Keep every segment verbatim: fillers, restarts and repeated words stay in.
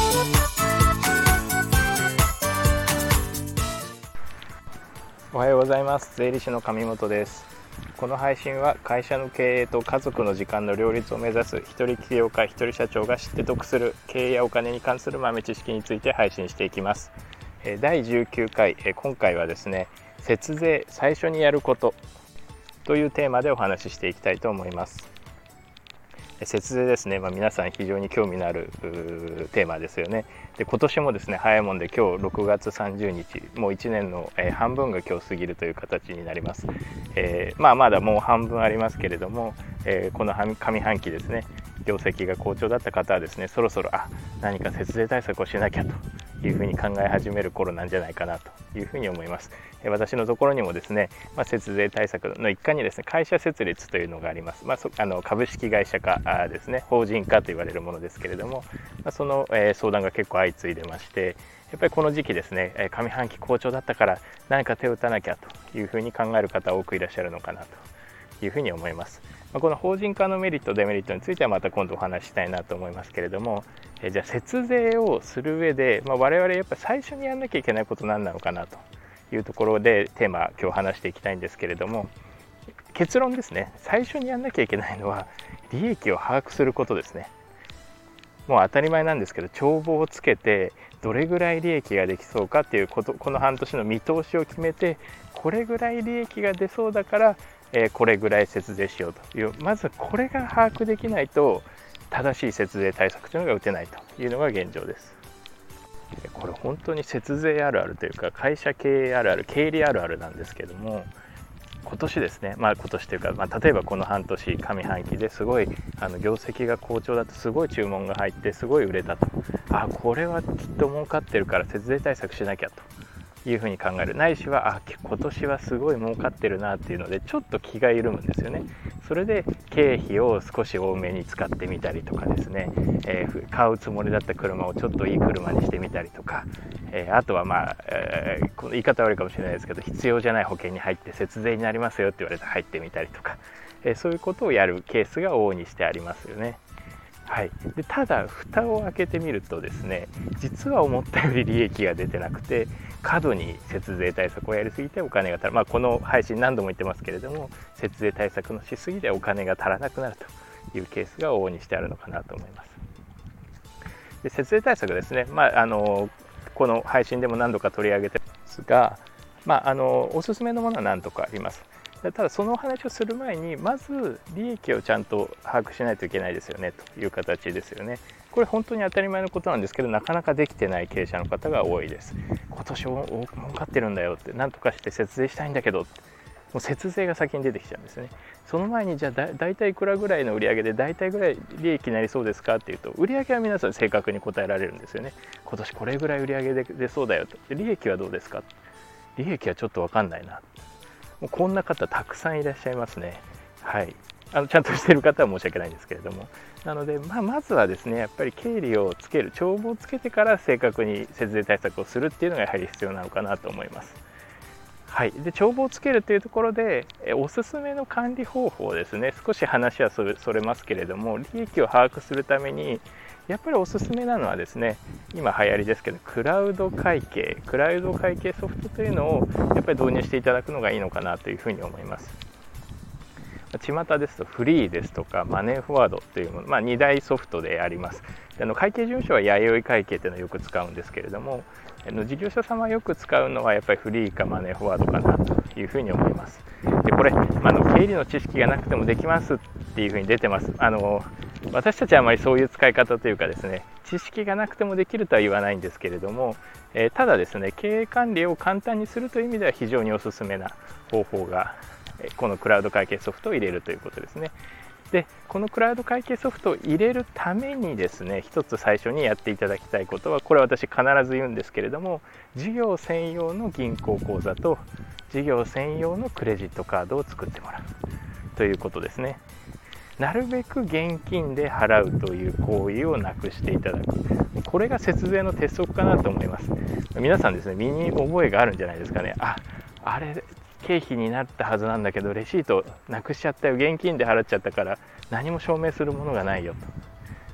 おはようございます。税理士の上本です。この配信は会社の経営と家族の時間の両立を目指す一人起業家一人社長が知って得する経営やお金に関する豆知識について配信していきます。だいじゅうきゅうかい、今回はですね、節税最初にやることというテーマでお話ししていきたいと思います。節税ですね、まあ、皆さん非常に興味のあるテーマですよね。で今年もですね、早いもんで今日ろくがつさんじゅうにち、もういちねんの、えー、半分が今日過ぎるという形になります。えー、まあまだもう半分ありますけれども、えー、この上半期ですね、業績が好調だった方はですね、そろそろあ何か節税対策をしなきゃというふうに考え始める頃なんじゃないかなというふうに思います。私のところにもですね、まあ、節税対策の一環にですね、会社設立というのがあります。まあ、そあの株式会社化ですね、法人化と言われるものですけれども、まあ、その、えー、相談が結構相次いでまして、やっぱりこの時期ですね、上半期好調だったから何か手を打たなきゃというふうに考える方多くいらっしゃるのかなというふうに思います。まあ、この法人化のメリットデメリットについてはまた今度お話ししたいなと思いますけれども、えじゃあ節税をする上で、まあ、我々やっぱり最初にやんなきゃいけないこと何なのかなというところでテーマ今日話していきたいんですけれども、結論ですね、最初にやんなきゃいけないのは利益を把握することですね。もう当たり前なんですけど、帳簿をつけてどれぐらい利益ができそうかっていうこと、この半年の見通しを決めて、これぐらい利益が出そうだから、えー、これぐらい節税しようという、まずこれが把握できないと正しい節税対策というのが打てないというのが現状です。これ本当に節税あるあるというか、会社経営あるある、経理あるあるなんですけども、今年ですね、まあ、今年というか、まあ、例えばこの半年上半期ですごいあの業績が好調だと、すごい注文が入ってすごい売れたと、あこれはきっと儲かってるから節税対策しなきゃというふうに考える、ないしはあ今年はすごい儲かってるなっていうのでちょっと気が緩むんですよね。それで経費を少し多めに使ってみたりとかですね、えー、買うつもりだった車をちょっといい車にしてみたりとか、えー、あとはまあ、えー、この言い方悪いかもしれないですけど、必要じゃない保険に入って節税になりますよって言われて入ってみたりとか、えー、そういうことをやるケースが往々にしてありますよね。はい、でただ蓋を開けてみるとですね、実は思ったより利益が出てなくて、過度に節税対策をやりすぎてお金が足ら、まあ、この配信何度も言ってますけれども、節税対策のしすぎでお金が足らなくなるというケースが往々にしてあるのかなと思います。で節税対策ですね、まあ、あのこの配信でも何度か取り上げてますが、まあ、あのおすすめのものは何とかあります。ただそのお話をする前に、まず利益をちゃんと把握しないといけないですよねという形ですよね。これ本当に当たり前のことなんですけど、なかなかできてない経営者の方が多いです。今年儲かってるんだよって、なんとかして節税したいんだけど、もう節税が先に出てきちゃうんですね。その前にじゃあ だ, だいたいいくらぐらいの売り上げでだいたいぐらい利益になりそうですかっていうと、売り上げは皆さん正確に答えられるんですよね。今年これぐらい売り上げで出そうだよと。で利益はどうですか、利益はちょっと分かんないな。もうこんな方たくさんいらっしゃいますね。はい、あのちゃんとしている方は申し訳ないんですけれども、なので、まあ、まずはですね、やっぱり経理をつける、帳簿をつけてから正確に節税対策をするっていうのがやはり必要なのかなと思います。はい、で帳簿をつけるというところで、えおすすめの管理方法ですね、少し話はそれ、それますけれども、利益を把握するためにやっぱりおすすめなのはですね、今流行りですけど、クラウド会計、クラウド会計ソフトというのをやっぱり導入していただくのがいいのかなというふうに思います。巷ですとフリーですとかマネーフォワードというもの、まあ、に大ソフトであります。あの会計事務所は弥生会計というのをよく使うんですけれども、あの事業者様よく使うのはやっぱりフリーかマネーフォワードかなというふうに思います。でこれ、まあ、の経理の知識がなくてもできますっていうふうに出てます。あの私たちはあまりそういう使い方というかですね、知識がなくてもできるとは言わないんですけれども、えー、ただですね、経営管理を簡単にするという意味では非常におすすめな方法が、このクラウド会計ソフトを入れるということですね。でこのクラウド会計ソフトを入れるためにですね、一つ最初にやっていただきたいことは、これ私必ず言うんですけれども、事業専用の銀行口座と事業専用のクレジットカードを作ってもらうということですね。なるべく現金で払うという行為をなくしていただく、これが節税の鉄則かなと思います。皆さんですね、身に覚えがあるんじゃないですかね。あ、あれ経費になったはずなんだけどレシートなくしちゃったよ、現金で払っちゃったから何も証明するものがないよと。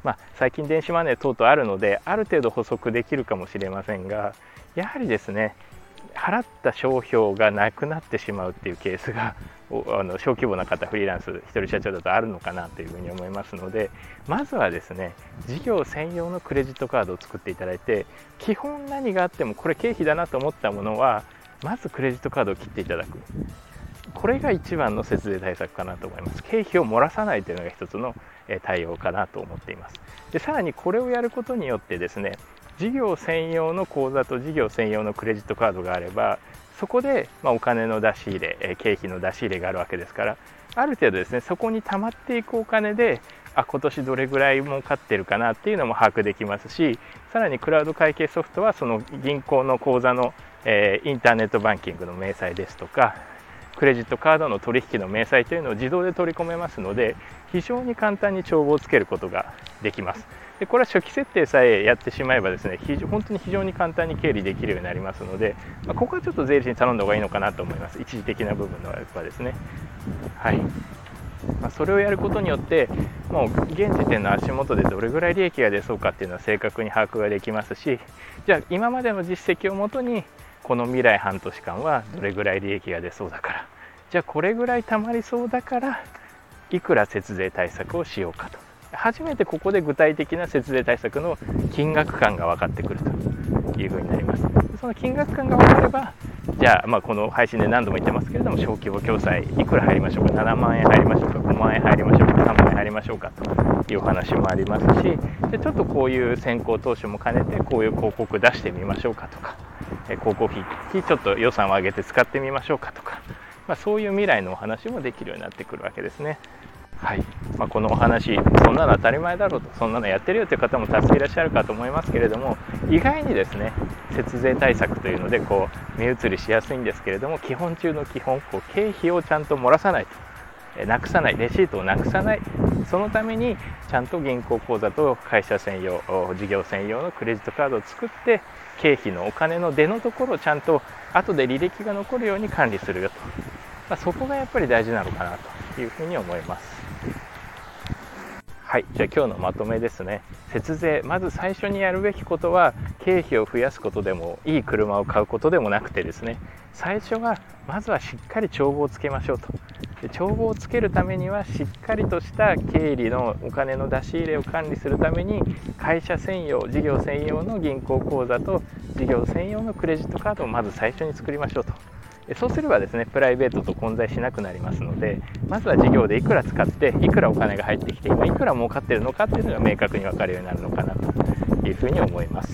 まあ、最近電子マネー等々あるのである程度補足できるかもしれませんが、やはりですね払った商標がなくなってしまうっていうケースがあの小規模な方、フリーランス一人社長だとあるのかなというふうに思いますので、まずはですね事業専用のクレジットカードを作っていただいて、基本何があってもこれ経費だなと思ったものはまずクレジットカードを切っていただく、これが一番の節税対策かなと思います。経費を漏らさないというのが一つの対応かなと思っています。でさらにこれをやることによってですね、事業専用の口座と事業専用のクレジットカードがあれば、そこでまあお金の出し入れ、経費の出し入れがあるわけですから、ある程度ですねそこに溜まっていくお金で、あ今年どれぐらい儲かってるかなっていうのも把握できますし、さらにクラウド会計ソフトはその銀行の口座の、えー、インターネットバンキングの明細ですとか、クレジットカードの取引の明細というのを自動で取り込めますので、非常に簡単に帳簿をつけることができます。でこれは初期設定さえやってしまえばですね、非常本当に非常に簡単に経理できるようになりますので、まあ、ここはちょっと税理士に頼んだ方がいいのかなと思います。一時的な部分のはですね。はい。まあ、それをやることによって、もう現時点の足元でどれぐらい利益が出そうかっていうのは正確に把握ができますし、じゃあ今までの実績をもとにこの未来半年間はどれぐらい利益が出そうだから、じゃあこれぐらい貯まりそうだからいくら節税対策をしようかと、初めてここで具体的な節税対策の金額感が分かってくるというふうになります。その金額感が分かれば、じゃあ、まあこの配信で何度も言ってますけれども、小規模共済いくら入りましょうか、ななまんえん入りましょうか、ごまんえん入りましょうか、さんまんえん入りましょうかというお話もありますし、でちょっとこういう先行投資も兼ねてこういう広告出してみましょうかとか、広告費ちょっと予算を上げて使ってみましょうかとか、まあ、そういう未来のお話もできるようになってくるわけですね。はい、まあ、このお話、そんなの当たり前だろうと、そんなのやってるよという方も多数いらっしゃるかと思いますけれども、意外にですね節税対策というのでこう目移りしやすいんですけれども、基本中の基本、こう経費をちゃんと漏らさないと、なくさない、レシートをなくさない、そのためにちゃんと銀行口座と会社専用、事業専用のクレジットカードを作って、経費のお金の出のところをちゃんと後で履歴が残るように管理するよと、まあ、そこがやっぱり大事なのかなというふうに思います。はい、じゃあ今日のまとめですね。節税、まず最初にやるべきことは経費を増やすことでもいい車を買うことでもなくてですね、最初はまずはしっかり帳簿をつけましょうと。で帳簿をつけるためにはしっかりとした経理のお金の出し入れを管理するために、会社専用、事業専用の銀行口座と事業専用のクレジットカードをまず最初に作りましょうと。そうすればですねプライベートと混在しなくなりますので、まずは事業でいくら使っていくらお金が入ってきて、今いくら儲かっているのかっていうのが明確に分かるようになるのかなというふうに思います。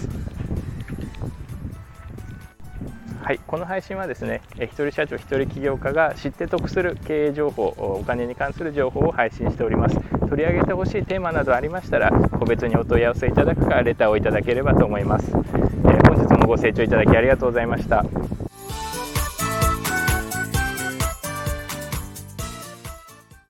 はい、この配信はですね一人社長一人起業家が知って得する経営情報、お金に関する情報を配信しております。取り上げてほしいテーマなどありましたら個別にお問い合わせいただくかレターをいただければと思います。えー、本日もご清聴いただきありがとうございました。